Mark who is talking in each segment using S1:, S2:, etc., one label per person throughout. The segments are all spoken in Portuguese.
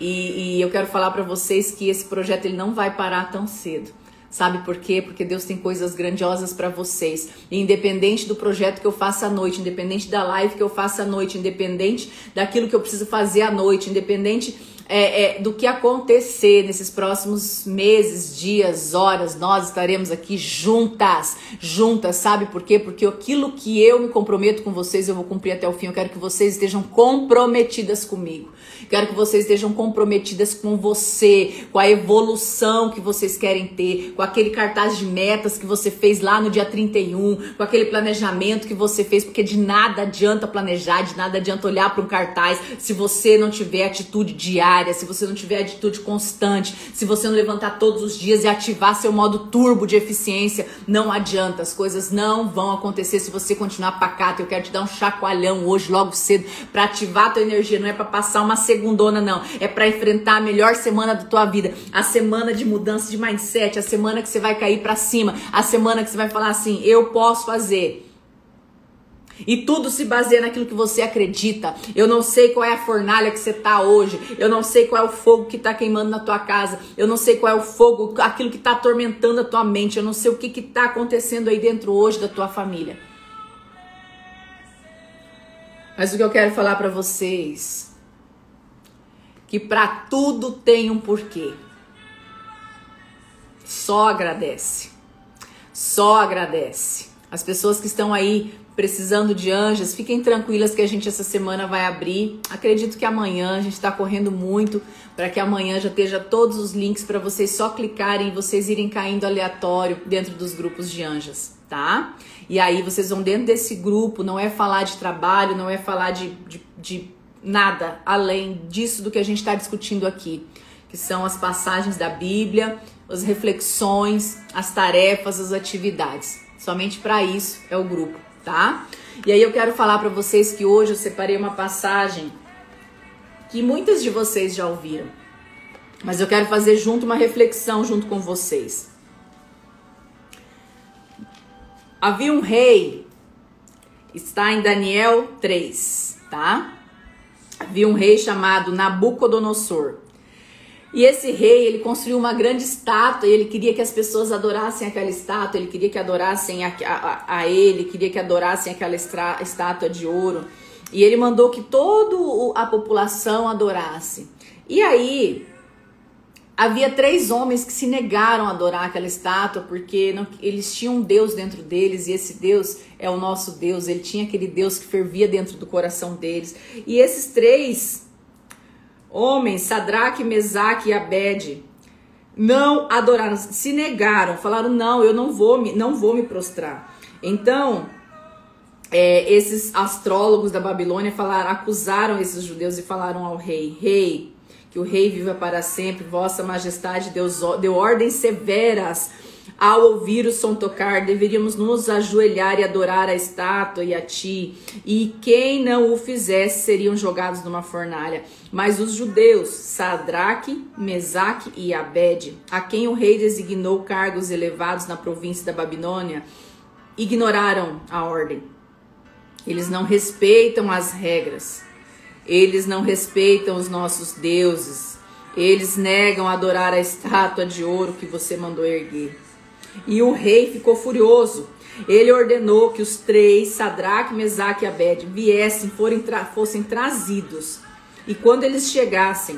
S1: E eu quero falar para vocês que esse projeto ele não vai parar tão cedo. Sabe por quê? Porque Deus tem coisas grandiosas para vocês. E independente do projeto que eu faça à noite, independente da live que eu faça à noite, independente daquilo que eu preciso fazer à noite, independente do que acontecer nesses próximos meses, dias, horas, nós estaremos aqui juntas, sabe por quê? Porque aquilo que eu me comprometo com vocês, eu vou cumprir até o fim. Eu quero que vocês estejam comprometidas comigo. Quero que vocês estejam comprometidas com você, com a evolução que vocês querem ter, com aquele cartaz de metas que você fez lá no dia 31, com aquele planejamento que você fez, porque de nada adianta planejar, de nada adianta olhar para um cartaz se você não tiver atitude diária, se você não tiver atitude constante, se você não levantar todos os dias e ativar seu modo turbo de eficiência, não adianta, as coisas não vão acontecer se você continuar pacato. Eu quero te dar um chacoalhão hoje, logo cedo, para ativar a tua energia, não é para passar uma segundona não, é para enfrentar a melhor semana da tua vida, a semana de mudança de mindset, a semana que você vai cair para cima, a semana que você vai falar assim, eu posso fazer. E tudo se baseia naquilo que você acredita. Eu não sei qual é a fornalha que você tá hoje. Eu não sei qual é o fogo que tá queimando na tua casa. Eu não sei qual é o fogo, aquilo que tá atormentando a tua mente. Eu não sei o que tá acontecendo aí dentro hoje da tua família. Mas o que eu quero falar para vocês, que para tudo tem um porquê. Só agradece. Só agradece. As pessoas que estão aí precisando de anjas, fiquem tranquilas que a gente essa semana vai abrir. Acredito que amanhã, a gente está correndo muito para que amanhã já esteja todos os links para vocês só clicarem e vocês irem caindo aleatório dentro dos grupos de anjas, tá? E aí vocês vão dentro desse grupo, não é falar de trabalho, não é falar de nada além disso do que a gente está discutindo aqui, que são as passagens da Bíblia, as reflexões, as tarefas, as atividades. Somente para isso é o grupo, tá? E aí eu quero falar para vocês que hoje eu separei uma passagem que muitas de vocês já ouviram, mas eu quero fazer junto uma reflexão junto com vocês. Havia um rei, está em Daniel 3, tá? Havia um rei chamado Nabucodonosor. E esse rei, ele construiu uma grande estátua e ele queria que as pessoas adorassem aquela estátua, ele queria que adorassem a ele, queria que adorassem aquela estátua de ouro. E ele mandou que toda a população adorasse. E aí, havia 3 homens que se negaram a adorar aquela estátua porque eles tinham um Deus dentro deles e esse Deus é o nosso Deus. Ele tinha aquele Deus que fervia dentro do coração deles. E esses 3 homens, Sadraque, Mesaque e Abede, não adoraram, se negaram, falaram, não, eu não vou me prostrar. Então, esses astrólogos da Babilônia acusaram esses judeus e falaram ao rei, rei, que o rei viva para sempre, vossa majestade deu ordens severas. Ao ouvir o som tocar, deveríamos nos ajoelhar e adorar a estátua e a ti. E quem não o fizesse seriam jogados numa fornalha. Mas os judeus, Sadraque, Mesaque e Abede, a quem o rei designou cargos elevados na província da Babilônia, ignoraram a ordem. Eles não respeitam as regras. Eles não respeitam os nossos deuses. Eles negam adorar a estátua de ouro que você mandou erguer. E o rei ficou furioso. Ele ordenou que os 3, Sadraque, Mesaque e Abede, viessem, fossem trazidos. E quando eles chegassem,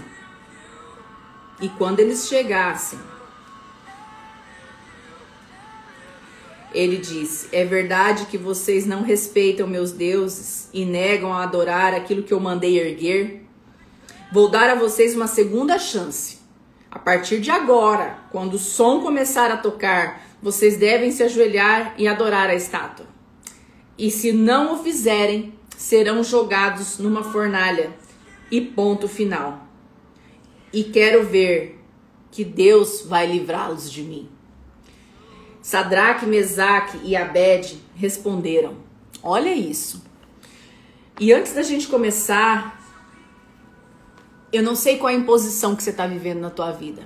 S1: ele disse, é verdade que vocês não respeitam meus deuses e negam a adorar aquilo que eu mandei erguer? Vou dar a vocês uma segunda chance. A partir de agora, quando o som começar a tocar, vocês devem se ajoelhar e adorar a estátua. E se não o fizerem, serão jogados numa fornalha. E ponto final. E quero ver que Deus vai livrá-los de mim. Sadraque, Mesaque e Abede responderam. Olha isso. E antes da gente começar, eu não sei qual é a imposição que você está vivendo na tua vida.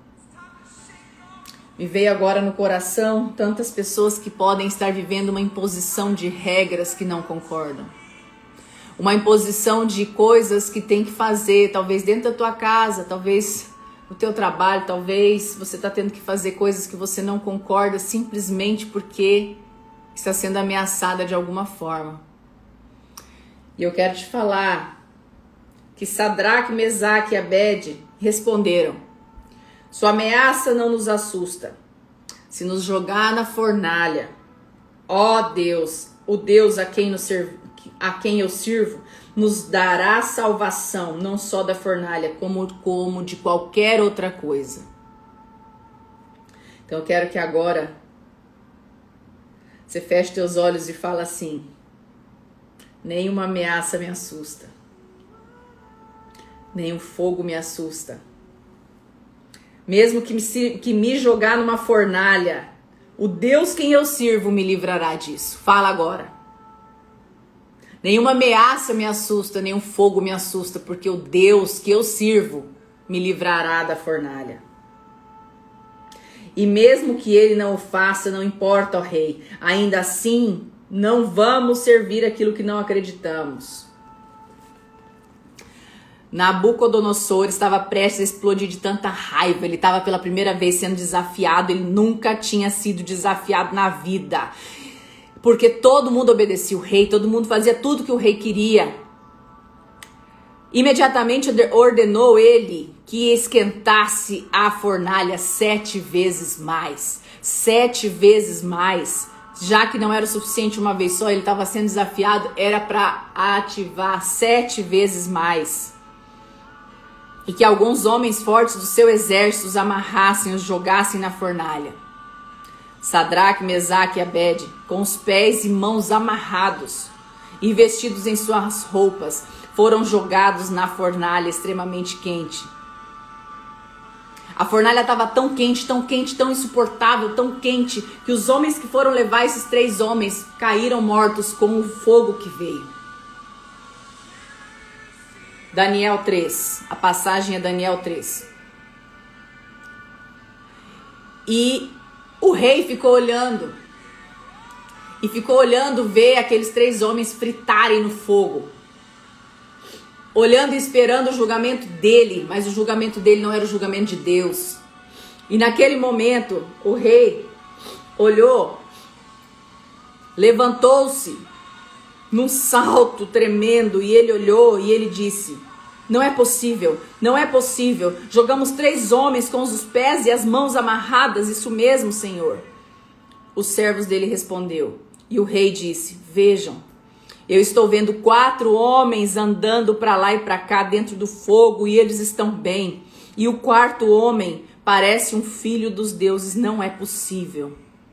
S1: Me veio agora no coração tantas pessoas que podem estar vivendo uma imposição de regras que não concordam. uma imposição de coisas que tem que fazer, talvez dentro da tua casa, talvez no teu trabalho, talvez você está tendo que fazer coisas que você não concorda simplesmente porque está sendo ameaçada de alguma forma. E eu quero te falar que Sadraque, Mesaque e Abede responderam: sua ameaça não nos assusta. Se nos jogar na fornalha, ó Deus, o Deus a quem eu sirvo, nos dará salvação, não só da fornalha, como de qualquer outra coisa. Então eu quero que agora você feche teus olhos e fala assim: nenhuma ameaça me assusta, nenhum fogo me assusta. Mesmo que me jogar numa fornalha, o Deus quem eu sirvo me livrará disso. Fala agora. Nenhuma ameaça me assusta, nenhum fogo me assusta, porque o Deus que eu sirvo me livrará da fornalha. E mesmo que ele não o faça, não importa, ó rei, ainda assim não vamos servir aquilo que não acreditamos. Nabucodonosor estava prestes a explodir de tanta raiva. Ele estava pela primeira vez sendo desafiado. Ele nunca tinha sido desafiado na vida, porque todo mundo obedecia o rei, todo mundo fazia tudo que o rei queria. Imediatamente ordenou ele que esquentasse a fornalha 7 vezes mais. 7 vezes mais. Já que não era o suficiente uma vez só, ele estava sendo desafiado, era para ativar 7 vezes mais. E que alguns homens fortes do seu exército os amarrassem, os jogassem na fornalha. Sadraque, Mesaque e Abede, com os pés e mãos amarrados e vestidos em suas roupas, foram jogados na fornalha extremamente quente. A fornalha estava tão quente, tão insuportável, tão quente, que os homens que foram levar esses 3 homens caíram mortos com o fogo que veio. Daniel 3, a passagem é Daniel 3. E o rei ficou olhando. E ficou olhando ver aqueles 3 homens fritarem no fogo. Olhando e esperando o julgamento dele. Mas o julgamento dele não era o julgamento de Deus. E naquele momento, o rei olhou, levantou-se num salto tremendo, e ele olhou e ele disse: não é possível, não é possível. Jogamos 3 homens com os pés e as mãos amarradas, isso mesmo, Senhor. Os servos dele respondeu, e o rei disse: vejam, eu estou vendo 4 homens andando para lá e para cá dentro do fogo, e eles estão bem. E o 4º homem parece um filho dos deuses, não é possível.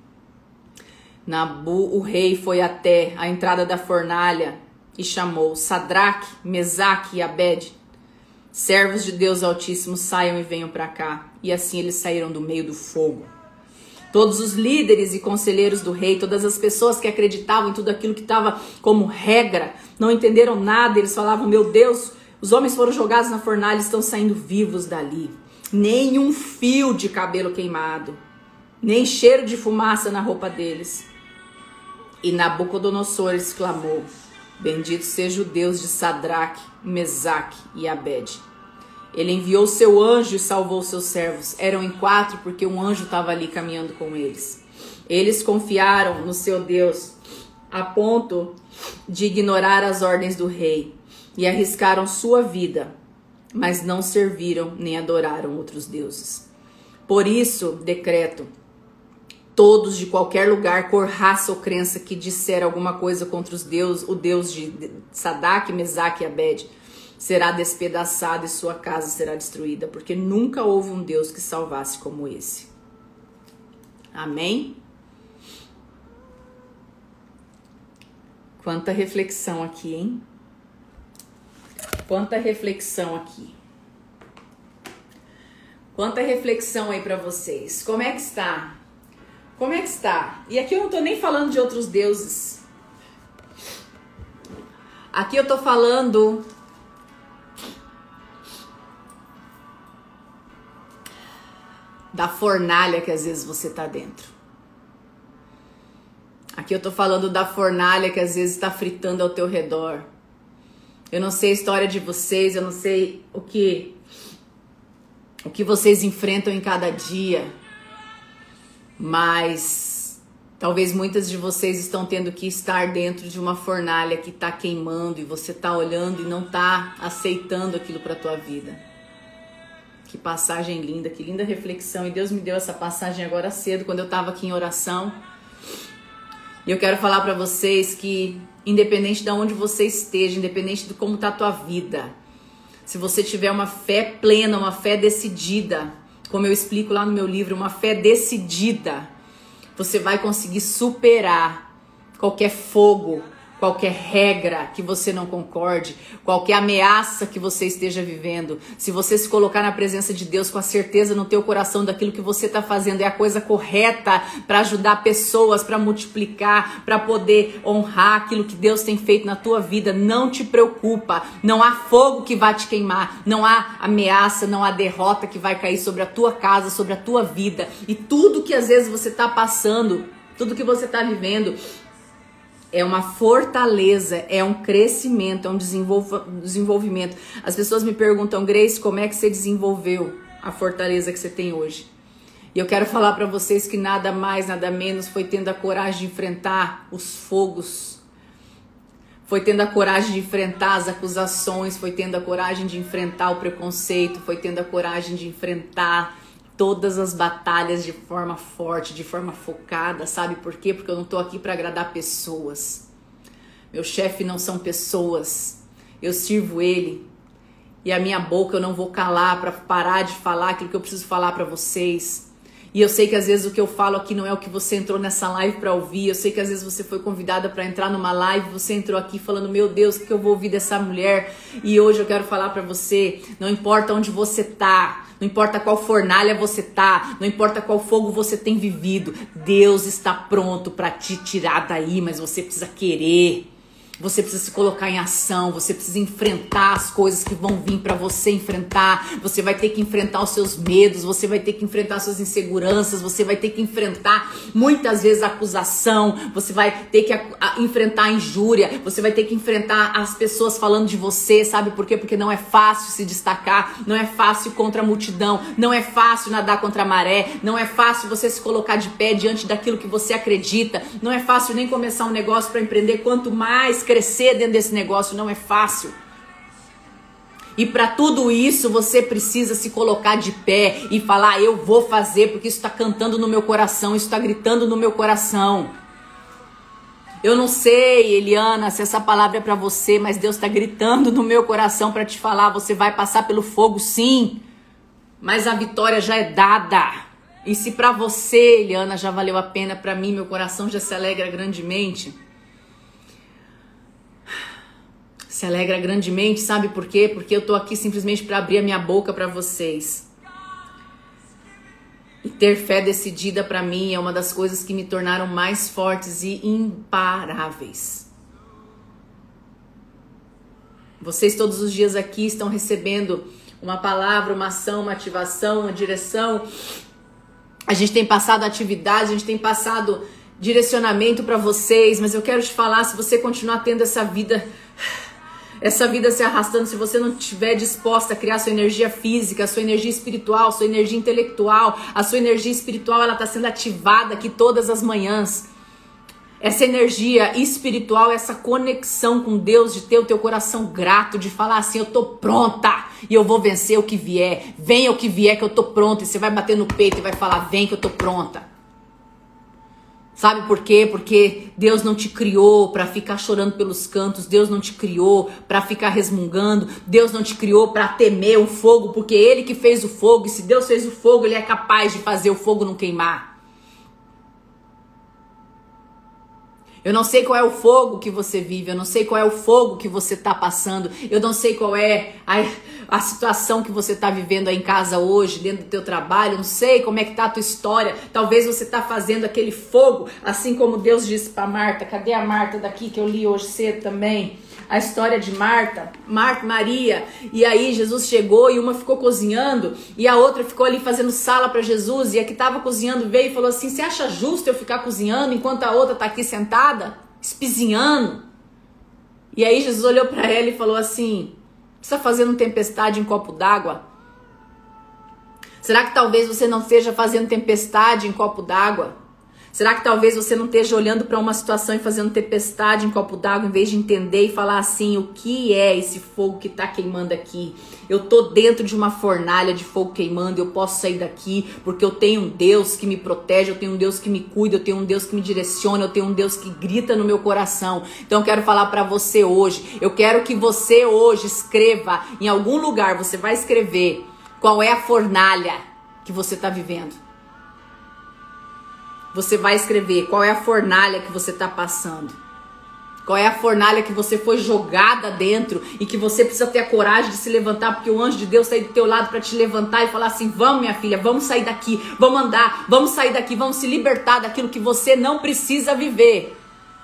S1: O rei foi até a entrada da fornalha e chamou: Sadraque, Mesaque e Abede, servos de Deus Altíssimo, saiam e venham para cá. E assim eles saíram do meio do fogo. Todos os líderes e conselheiros do rei, todas as pessoas que acreditavam em tudo aquilo que estava como regra, não entenderam nada. Eles falavam: meu Deus, os homens foram jogados na fornalha e estão saindo vivos dali. Nem um fio de cabelo queimado, nem cheiro de fumaça na roupa deles. E Nabucodonosor exclamou: bendito seja o Deus de Sadraque, Mesaque e Abede. Ele enviou seu anjo e salvou seus servos. Eram em 4 porque um anjo estava ali caminhando com eles. Eles confiaram no seu Deus a ponto de ignorar as ordens do rei e arriscaram sua vida, mas não serviram nem adoraram outros deuses. Por isso, decreto: todos de qualquer lugar, cor, raça ou crença que disser alguma coisa contra o Deus de Sadraque, Mesaque e Abede, será despedaçado e sua casa será destruída, porque nunca houve um Deus que salvasse como esse. Amém? Quanta reflexão aqui, hein? Quanta reflexão aqui. Quanta reflexão aí pra vocês. Como é que está? Como é que está? E aqui eu não tô nem falando de outros deuses. Aqui eu tô falando da fornalha que às vezes você tá dentro. Aqui eu tô falando da fornalha que às vezes está fritando ao teu redor. Eu não sei a história de vocês, eu não sei o que vocês enfrentam em cada dia, mas talvez muitas de vocês estão tendo que estar dentro de uma fornalha que está queimando e você está olhando e não está aceitando aquilo para a tua vida. Que passagem linda, que linda reflexão. E Deus me deu essa passagem agora cedo, quando eu estava aqui em oração. E eu quero falar para vocês que, independente de onde você esteja, independente de como está a tua vida, se você tiver uma fé plena, uma fé decidida, como eu explico lá no meu livro, uma fé decidida, você vai conseguir superar qualquer fogo, qualquer regra que você não concorde, qualquer ameaça que você esteja vivendo. Se você se colocar na presença de Deus com a certeza no teu coração daquilo que você está fazendo é a coisa correta para ajudar pessoas, para multiplicar, para poder honrar aquilo que Deus tem feito na tua vida, não te preocupa. Não há fogo que vai te queimar, não há ameaça, não há derrota que vai cair sobre a tua casa, sobre a tua vida. E tudo que às vezes você está passando, tudo que você está vivendo, é uma fortaleza, é um crescimento, é um desenvolvimento. As pessoas me perguntam, Grace, como é que você desenvolveu a fortaleza que você tem hoje? E eu quero falar para vocês que nada mais, nada menos foi tendo a coragem de enfrentar os fogos. Foi tendo a coragem de enfrentar as acusações, foi tendo a coragem de enfrentar o preconceito, foi tendo a coragem de enfrentar todas as batalhas de forma forte, de forma focada, sabe por quê? Porque eu não tô aqui para agradar pessoas. Meu chefe não são pessoas. Eu sirvo ele. E a minha boca eu não vou calar para parar de falar aquilo que eu preciso falar para vocês. E eu sei que às vezes o que eu falo aqui não é o que você entrou nessa live para ouvir. Eu sei que às vezes você foi convidada para entrar numa live, você entrou aqui falando, meu Deus, o que eu vou ouvir dessa mulher? E hoje eu quero falar para você, não importa onde você tá, não importa qual fornalha você tá, não importa qual fogo você tem vivido, Deus está pronto para te tirar daí, mas você precisa querer. Você precisa se colocar em ação, você precisa enfrentar as coisas que vão vir para você enfrentar. Você vai ter que enfrentar os seus medos, você vai ter que enfrentar as suas inseguranças, você vai ter que enfrentar muitas vezes a acusação, você vai ter que enfrentar a injúria, você vai ter que enfrentar as pessoas falando de você, sabe por quê? Porque não é fácil se destacar, não é fácil contra a multidão, não é fácil nadar contra a maré, não é fácil você se colocar de pé diante daquilo que você acredita, não é fácil nem começar um negócio para empreender, quanto mais crescer dentro desse negócio não é fácil. E para tudo isso você precisa se colocar de pé e falar, eu vou fazer porque isso está cantando no meu coração, isso está gritando no meu coração. Eu não sei, Eliana, se essa palavra é para você, mas Deus está gritando no meu coração para te falar, você vai passar pelo fogo sim, mas a vitória já é dada. E se para você, Eliana, já valeu a pena, para mim meu coração já se alegra grandemente. Se alegra grandemente, sabe por quê? Porque eu tô aqui simplesmente para abrir a minha boca para vocês. E ter fé decidida para mim é uma das coisas que me tornaram mais fortes e imparáveis. Vocês todos os dias aqui estão recebendo uma palavra, uma ação, uma ativação, uma direção. A gente tem passado atividade, a gente tem passado direcionamento para vocês, mas eu quero te falar, se você continuar tendo essa vida se arrastando, se você não estiver disposta a criar sua energia física, sua energia espiritual, sua energia intelectual, a sua energia espiritual ela está sendo ativada aqui todas as manhãs. Essa energia espiritual, essa conexão com Deus, de ter o teu coração grato, de falar assim, eu tô pronta e eu vou vencer o que vier, venha o que vier que eu tô pronta, e você vai bater no peito e vai falar, vem que eu tô pronta. Sabe por quê? Porque Deus não te criou para ficar chorando pelos cantos, Deus não te criou para ficar resmungando, Deus não te criou para temer o fogo, porque Ele que fez o fogo, e se Deus fez o fogo, Ele é capaz de fazer o fogo não queimar. Eu não sei qual é o fogo que você vive, eu não sei qual é o fogo que você está passando, eu não sei qual é a situação que você está vivendo aí em casa hoje, dentro do teu trabalho, eu não sei como é que tá a tua história. Talvez você está fazendo aquele fogo, assim como Deus disse para Marta. Cadê a Marta daqui que eu li hoje cedo também? A história de Marta, Maria, e aí Jesus chegou e uma ficou cozinhando e a outra ficou ali fazendo sala para Jesus, e a que estava cozinhando veio e falou assim, você acha justo eu ficar cozinhando enquanto a outra está aqui sentada, espizinhando? E aí Jesus olhou para ela e falou assim: você está fazendo tempestade em copo d'água? Será que talvez você não esteja fazendo tempestade em copo d'água? Será que talvez você não esteja olhando para uma situação e fazendo tempestade em copo d'água, em vez de entender e falar assim: o que é esse fogo que está queimando aqui? Eu tô dentro de uma fornalha de fogo queimando, eu posso sair daqui porque eu tenho um Deus que me protege, eu tenho um Deus que me cuida, eu tenho um Deus que me direciona, eu tenho um Deus que grita no meu coração. Então eu quero falar para você hoje, eu quero que você hoje escreva em algum lugar, você vai escrever qual é a fornalha que você está vivendo. Você vai escrever qual é a fornalha que você está passando. Qual é a fornalha que você foi jogada dentro e que você precisa ter a coragem de se levantar, porque o anjo de Deus está aí do teu lado para te levantar e falar assim: vamos, minha filha, vamos sair daqui, vamos andar, vamos sair daqui, vamos se libertar daquilo que você não precisa viver.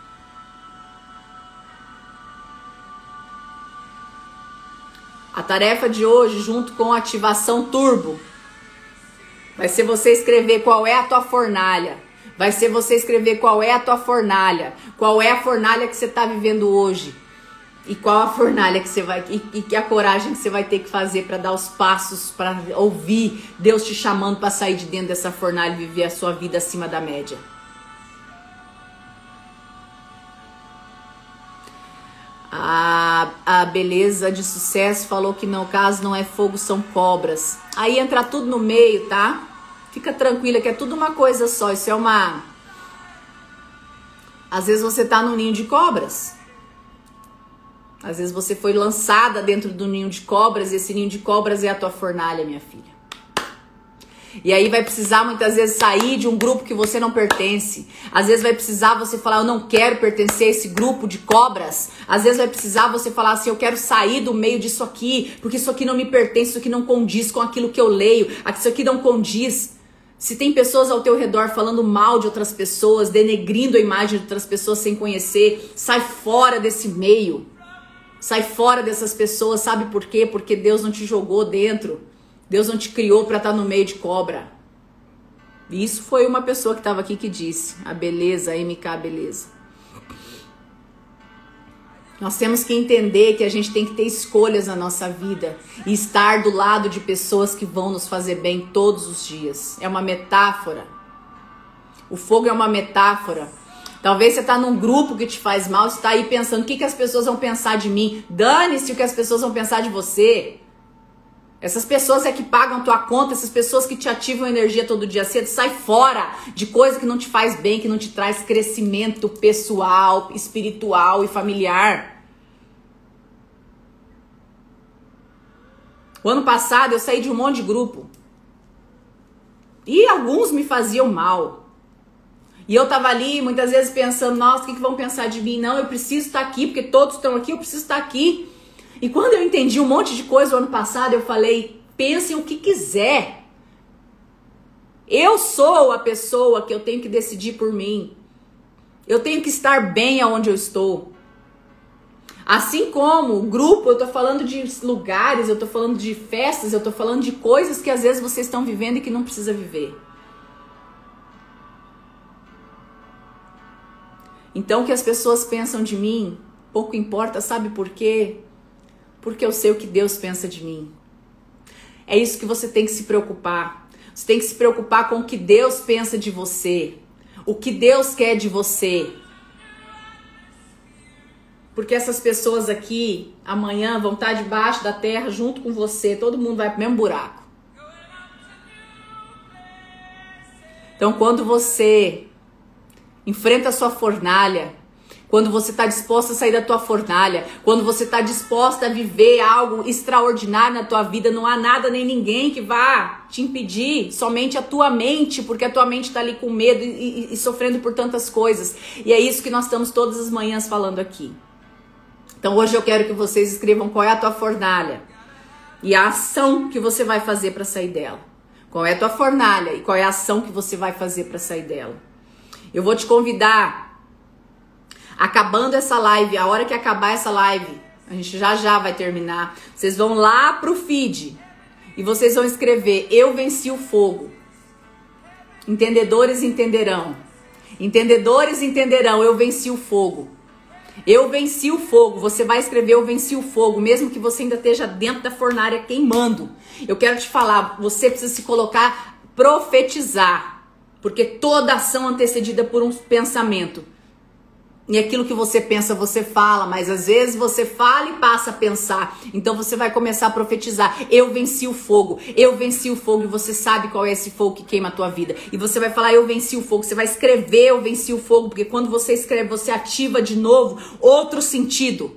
S1: A tarefa de hoje, junto com a ativação turbo, vai ser você escrever qual é a tua fornalha. Vai ser você escrever qual é a tua fornalha. Qual é a fornalha que você está vivendo hoje. E qual a fornalha que você vai... E a coragem que você vai ter que fazer para dar os passos, para ouvir Deus te chamando para sair de dentro dessa fornalha e viver a sua vida acima da média. A beleza de sucesso falou que no caso não é fogo, são cobras. Aí entra tudo no meio, tá? Fica tranquila que é tudo uma coisa só. Isso é uma... Às vezes você tá no ninho de cobras. Às vezes você foi lançada dentro do ninho de cobras e esse ninho de cobras é a tua fornalha, minha filha. E aí vai precisar muitas vezes sair de um grupo que você não pertence. Às vezes vai precisar você falar: eu não quero pertencer a esse grupo de cobras. Às vezes vai precisar você falar assim: eu quero sair do meio disso aqui, porque isso aqui não me pertence, isso aqui não condiz com aquilo que eu leio, isso aqui não condiz. Se tem pessoas ao teu redor falando mal de outras pessoas, denegrindo a imagem de outras pessoas sem conhecer, sai fora desse meio. Sai fora dessas pessoas, sabe por quê? Porque Deus não te jogou dentro. Deus não te criou para estar no meio de cobra. E isso foi uma pessoa que estava aqui que disse, a beleza, a MK Beleza. Nós temos que entender que a gente tem que ter escolhas na nossa vida e estar do lado de pessoas que vão nos fazer bem todos os dias. É uma metáfora. O fogo é uma metáfora. Talvez você está num grupo que te faz mal, você está aí pensando: o que as pessoas vão pensar de mim? Dane-se o que as pessoas vão pensar de você. Essas pessoas é que pagam tua conta, essas pessoas que te ativam energia todo dia cedo. Sai fora de coisa que não te faz bem, que não te traz crescimento pessoal, espiritual e familiar. O ano passado eu saí de um monte de grupo. E alguns me faziam mal. E eu tava ali muitas vezes pensando: nossa, o que vão pensar de mim? Não, eu preciso estar aqui, porque todos estão aqui, eu preciso estar aqui. E quando eu entendi um monte de coisa o ano passado, eu falei: pensem o que quiser. Eu sou a pessoa que eu tenho que decidir por mim. Eu tenho que estar bem aonde eu estou. Assim como o grupo, eu tô falando de lugares, eu tô falando de festas, eu tô falando de coisas que às vezes vocês estão vivendo e que não precisa viver. Então o que as pessoas pensam de mim, pouco importa, sabe por quê? Porque eu sei o que Deus pensa de mim. É isso que você tem que se preocupar. Você tem que se preocupar com o que Deus pensa de você. O que Deus quer de você. Porque essas pessoas aqui, amanhã, vão estar debaixo da terra junto com você. Todo mundo vai pro mesmo buraco. Então, quando você enfrenta a sua fornalha, quando você está disposta a sair da tua fornalha, quando você está disposta a viver algo extraordinário na tua vida, não há nada nem ninguém que vá te impedir, somente a tua mente, porque a tua mente está ali com medo e sofrendo por tantas coisas. E é isso que nós estamos todas as manhãs falando aqui. Então hoje eu quero que vocês escrevam qual é a tua fornalha e a ação que você vai fazer para sair dela. Qual é a tua fornalha e qual é a ação que você vai fazer para sair dela. Eu vou te convidar, acabando essa live, a hora que acabar essa live, a gente já vai terminar, vocês vão lá pro feed e vocês vão escrever: eu venci o fogo. Entendedores entenderão. Entendedores entenderão, eu venci o fogo. Eu venci o fogo. Você vai escrever eu venci o fogo, mesmo que você ainda esteja dentro da fornalha queimando. Eu quero te falar, você precisa se colocar, profetizar. Porque toda ação antecedida por um pensamento. E aquilo que você pensa, você fala, mas às vezes você fala e passa a pensar. Então você vai começar a profetizar. Eu venci o fogo, eu venci o fogo. E você sabe qual é esse fogo que queima a tua vida. E você vai falar, eu venci o fogo. Você vai escrever, eu venci o fogo. Porque quando você escreve, você ativa de novo outro sentido.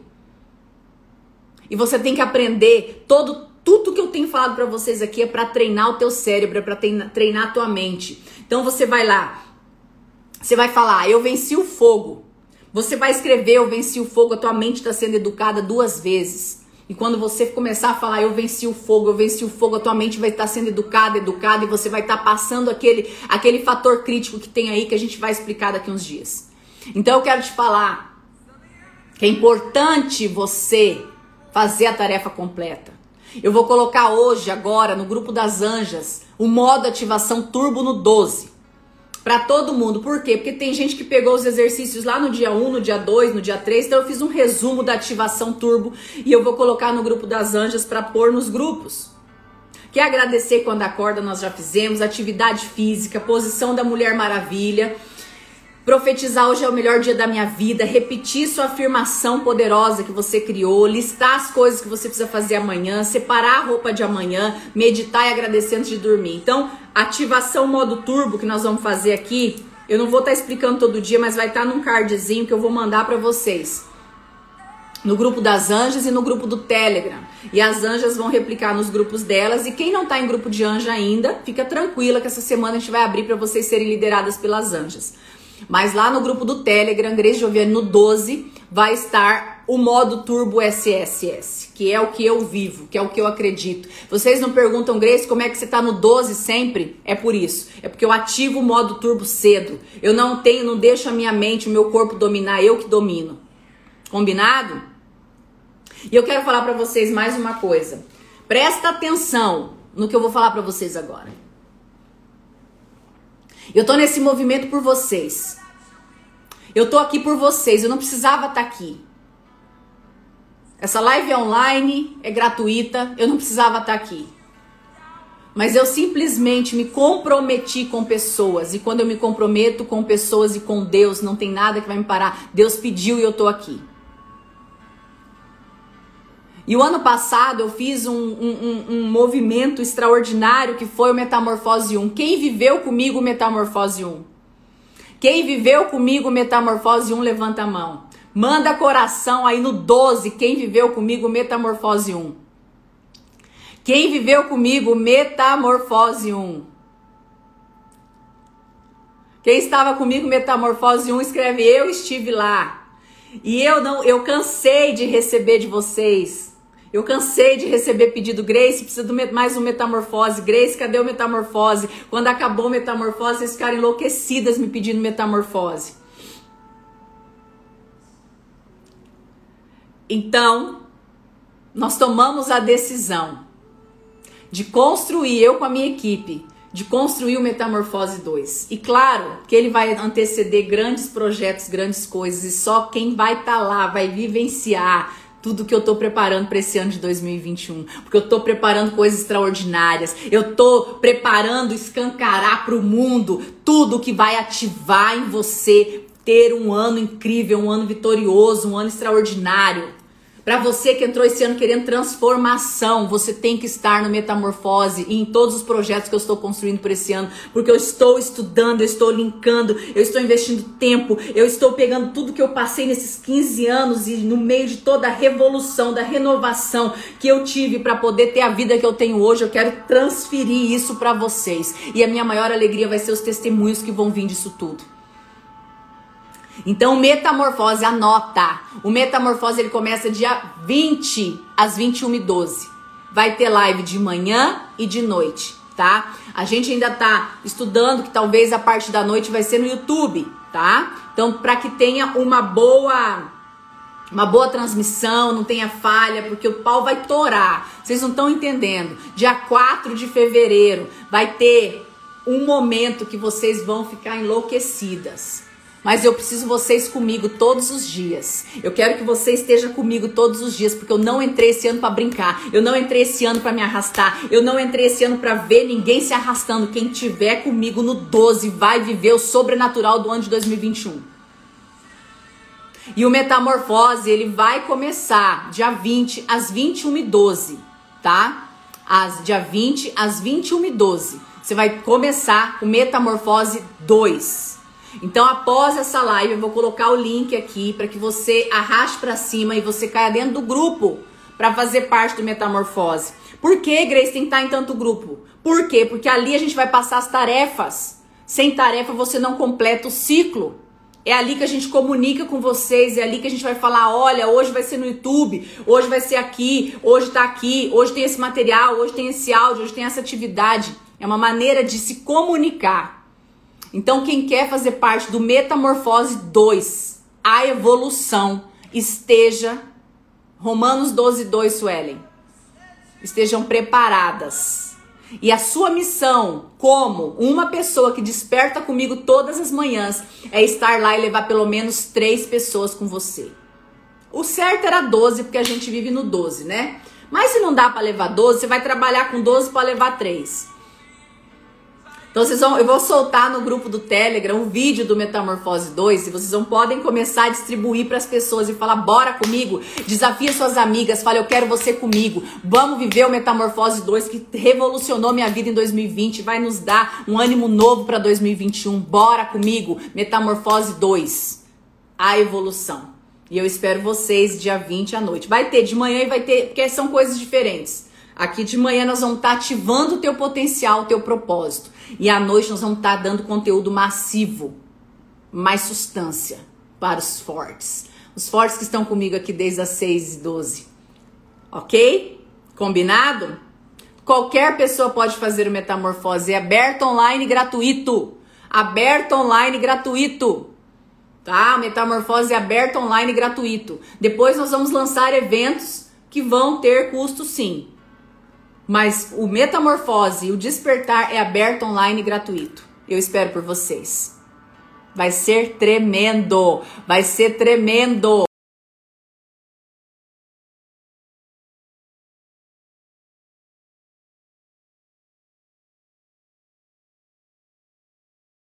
S1: E você tem que aprender, tudo que eu tenho falado pra vocês aqui é pra treinar o teu cérebro, é pra treinar a tua mente. Então você vai lá, você vai falar, eu venci o fogo. Você vai escrever, eu venci o fogo, a tua mente está sendo educada 2 vezes. E quando você começar a falar, eu venci o fogo, a tua mente vai estar sendo educada, e você vai estar passando aquele fator crítico que tem aí, que a gente vai explicar daqui uns dias. Então eu quero te falar que é importante você fazer a tarefa completa. Eu vou colocar hoje, agora, no grupo das anjas, o modo ativação turbo no 12. Pra todo mundo. Por quê? Porque tem gente que pegou os exercícios lá no dia 1, no dia 2, no dia 3. Então eu fiz um resumo da ativação turbo e eu vou colocar no grupo das anjas pra pôr nos grupos. Quer agradecer quando acorda, nós já fizemos. Atividade física, posição da Mulher Maravilha. Profetizar hoje é o melhor dia da minha vida. Repetir sua afirmação poderosa que você criou. Listar as coisas que você precisa fazer amanhã. Separar a roupa de amanhã. Meditar e agradecer antes de dormir. Então, ativação modo turbo que nós vamos fazer aqui. Eu não vou estar explicando todo dia, mas vai estar num cardzinho que eu vou mandar para vocês. No grupo das anjas e no grupo do Telegram. E as anjas vão replicar nos grupos delas. E quem não tá em grupo de anja ainda, fica tranquila que essa semana a gente vai abrir para vocês serem lideradas pelas anjas. Mas lá no grupo do Telegram, Grace Joviane, no 12, vai estar o modo Turbo SSS, que é o que eu vivo, que é o que eu acredito. Vocês não perguntam, Grace, como é que você tá no 12 sempre? É por isso. É porque eu ativo o modo Turbo cedo. Eu não deixo a minha mente, o meu corpo dominar, eu que domino. Combinado? E eu quero falar pra vocês mais uma coisa. Presta atenção no que eu vou falar pra vocês agora. Eu tô nesse movimento por vocês. Eu tô aqui por vocês. Eu não precisava estar aqui. Essa live é online, é gratuita. Eu não precisava estar aqui. Mas eu simplesmente me comprometi com pessoas. E quando eu me comprometo com pessoas e com Deus, não tem nada que vai me parar. Deus pediu e eu tô aqui. E o ano passado eu fiz um movimento extraordinário que foi o Metamorfose 1. Quem viveu comigo o Metamorfose 1? Quem viveu comigo o Metamorfose 1, levanta a mão. Manda coração aí no 12, quem viveu comigo o Metamorfose 1. Quem viveu comigo o Metamorfose 1? Quem estava comigo Metamorfose 1, escreve eu estive lá. E eu cansei de receber de vocês. Eu cansei de receber pedido, Grace, precisa de mais um Metamorfose. Grace, cadê o Metamorfose? Quando acabou o Metamorfose, vocês ficaram enlouquecidas me pedindo Metamorfose. Então, nós tomamos a decisão de construir, eu com a minha equipe, de construir o Metamorfose 2. E claro que ele vai anteceder grandes projetos, grandes coisas, e só quem vai estar lá vai vivenciar tudo que eu tô preparando para esse ano de 2021. Porque eu tô preparando coisas extraordinárias. Eu tô preparando escancarar para o mundo tudo que vai ativar em você ter um ano incrível, um ano vitorioso, um ano extraordinário. Para você que entrou esse ano querendo transformação, você tem que estar no Metamorfose e em todos os projetos que eu estou construindo por esse ano, porque eu estou estudando, eu estou linkando, eu estou investindo tempo, eu estou pegando tudo que eu passei nesses 15 anos e no meio de toda a revolução, da renovação que eu tive para poder ter a vida que eu tenho hoje, eu quero transferir isso para vocês. E a minha maior alegria vai ser os testemunhos que vão vir disso tudo. Então, o Metamorfose, anota. O Metamorfose, ele começa dia 20 às 21h12. Vai ter live de manhã e de noite, tá? A gente ainda tá estudando que talvez a parte da noite vai ser no YouTube, tá? Então, para que tenha uma boa transmissão, não tenha falha, porque o pau vai torar. Vocês não estão entendendo. Dia 4 de fevereiro vai ter um momento que vocês vão ficar enlouquecidas. Mas eu preciso vocês comigo todos os dias. Eu quero que você esteja comigo todos os dias, porque eu não entrei esse ano para brincar. Eu não entrei esse ano para me arrastar. Eu não entrei esse ano para ver ninguém se arrastando. Quem tiver comigo no 12 vai viver o sobrenatural do ano de 2021. E o Metamorfose, ele vai começar dia 20 às 21h12, tá? Dia 20 às 21h12. Você vai começar o Metamorfose 2. Então, após essa live, eu vou colocar o link aqui para que você arraste para cima e você caia dentro do grupo para fazer parte do Metamorfose. Por que, Grace, tem que estar em tanto grupo? Por quê? Porque ali a gente vai passar as tarefas. Sem tarefa, você não completa o ciclo. É ali que a gente comunica com vocês, é ali que a gente vai falar, olha, hoje vai ser no YouTube, hoje vai ser aqui, hoje tá aqui, hoje tem esse material, hoje tem esse áudio, hoje tem essa atividade. É uma maneira de se comunicar. Então, quem quer fazer parte do Metamorfose 2, a evolução, esteja, Romanos 12:2, Suelen, estejam preparadas. E a sua missão, como uma pessoa que desperta comigo todas as manhãs, é estar lá e levar pelo menos 3 pessoas com você. O certo era 12, porque a gente vive no 12, né? Mas se não dá para levar 12, você vai trabalhar com 12 para levar 3. Então eu vou soltar no grupo do Telegram um vídeo do Metamorfose 2 e vocês podem começar a distribuir para as pessoas e falar, bora comigo, desafia suas amigas, fala, eu quero você comigo, vamos viver o Metamorfose 2 que revolucionou minha vida em 2020, vai nos dar um ânimo novo para 2021, bora comigo, Metamorfose 2, a evolução. E eu espero vocês dia 20 à noite. Vai ter de manhã e vai ter, porque são coisas diferentes. Aqui de manhã nós vamos estar ativando o teu potencial, o teu propósito. E à noite nós vamos estar dando conteúdo massivo, mais substância para os fortes. Os fortes que estão comigo aqui desde as 6h12. Ok? Combinado? Qualquer pessoa pode fazer o Metamorfose. É aberto online gratuito. Aberto online gratuito. Tá? O Metamorfose é aberto online gratuito. Depois nós vamos lançar eventos que vão ter custo sim. Mas o Metamorfose e o Despertar é aberto online gratuito. Eu espero por vocês. Vai ser tremendo. Vai ser tremendo.